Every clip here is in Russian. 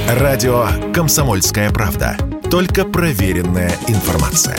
Радио «Комсомольская правда». Только проверенная информация.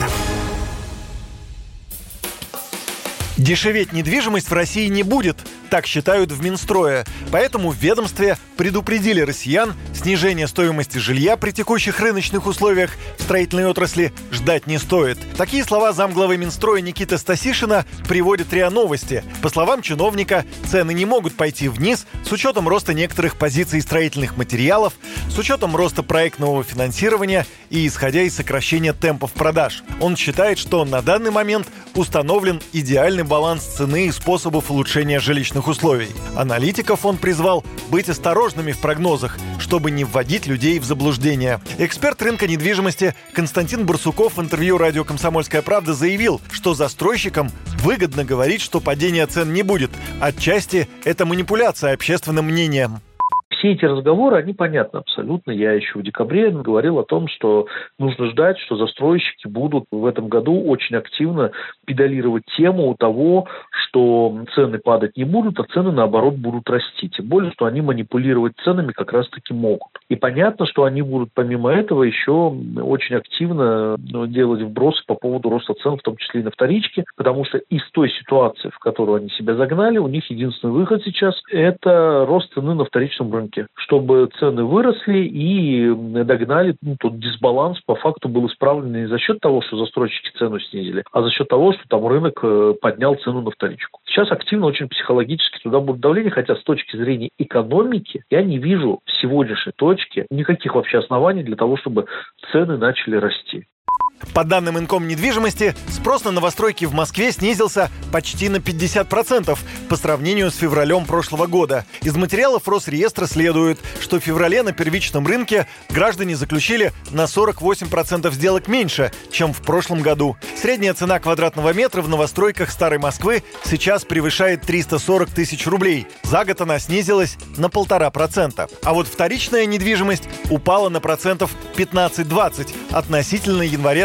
Дешеветь недвижимость в России не будет, так считают в Минстрое. Поэтому в ведомстве предупредили россиян, снижение стоимости жилья при текущих рыночных условиях в строительной отрасли ждать не стоит. Такие слова замглавы Минстроя Никиты Стасишина приводит РИА Новости. По словам чиновника, цены не могут пойти вниз с учетом роста некоторых позиций строительных материалов, с учетом роста проектного финансирования и исходя из сокращения темпов продаж. Он считает, что на данный момент установлен идеальный баланс цены и способов улучшения жилищных условий. Аналитиков он призвал быть осторожными в прогнозах, чтобы не вводить людей в заблуждение. Эксперт рынка недвижимости Константин Барсуков в интервью радио «Комсомольская правда» заявил, что застройщикам выгодно говорить, что падения цен не будет. Отчасти это манипуляция общественным мнением. Все эти разговоры, они понятны абсолютно. Я еще в декабре говорил о том, что нужно ждать, что застройщики будут в этом году очень активно педалировать тему того, что цены падать не будут, а цены, наоборот, будут расти. Тем более, что они манипулировать ценами как раз-таки могут. И понятно, что они будут помимо этого еще очень активно делать вбросы по поводу роста цен, в том числе и на вторичке, потому что из той ситуации, в которую они себя загнали, у них единственный выход сейчас – это рост цены на вторичном рынке, чтобы цены выросли и догнали тот дисбаланс, по факту был исправлен не за счет того, что застройщики цену снизили, а за счет того, что там рынок поднял цену на вторичку. Сейчас активно очень психологически туда будет давление, хотя с точки зрения экономики я не вижу в сегодняшней точке никаких вообще оснований для того, чтобы цены начали расти. По данным Инкомнедвижимости, спрос на новостройки в Москве снизился почти на 50% по сравнению с февралем прошлого года. Из материалов Росреестра следует, что в феврале на первичном рынке граждане заключили на 48% сделок меньше, чем в прошлом году. Средняя цена квадратного метра в новостройках Старой Москвы сейчас превышает 340 тысяч рублей. За год она снизилась на 1,5%. А вот вторичная недвижимость упала на процентов 15-20 относительно января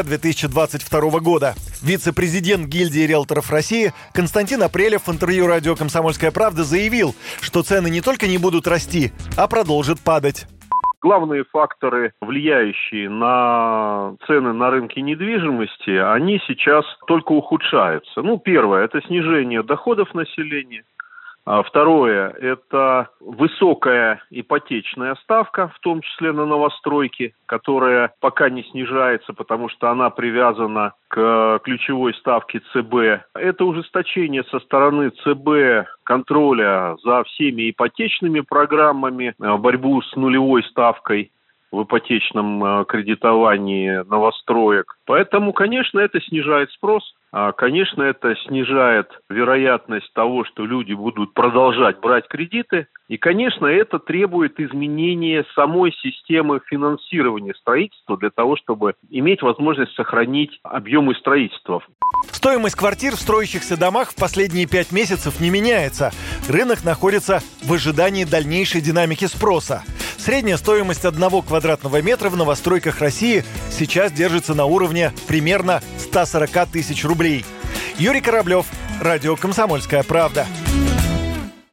2022 года. Вице-президент гильдии риэлторов России Константин Апрелев в интервью радио «Комсомольская правда» заявил, что цены не только не будут расти, а продолжат падать. Главные факторы, влияющие на цены на рынке недвижимости, они сейчас только ухудшаются. Первое – это снижение доходов населения. Второе – это высокая ипотечная ставка, в том числе на новостройки, которая пока не снижается, потому что она привязана к ключевой ставке ЦБ. Это ужесточение со стороны ЦБ контроля за всеми ипотечными программами, борьбу с нулевой ставкой в ипотечном кредитовании новостроек. Поэтому, конечно, это снижает спрос. Конечно, это снижает вероятность того, что люди будут продолжать брать кредиты. И, конечно, это требует изменения самой системы финансирования строительства для того, чтобы иметь возможность сохранить объемы строительства. Стоимость квартир в строящихся домах в последние 5 месяцев не меняется. Рынок находится в ожидании дальнейшей динамики спроса. Средняя стоимость 1 квадратного метра в новостройках России сейчас держится на уровне примерно 140 тысяч рублей. Юрий Кораблев, радио «Комсомольская правда».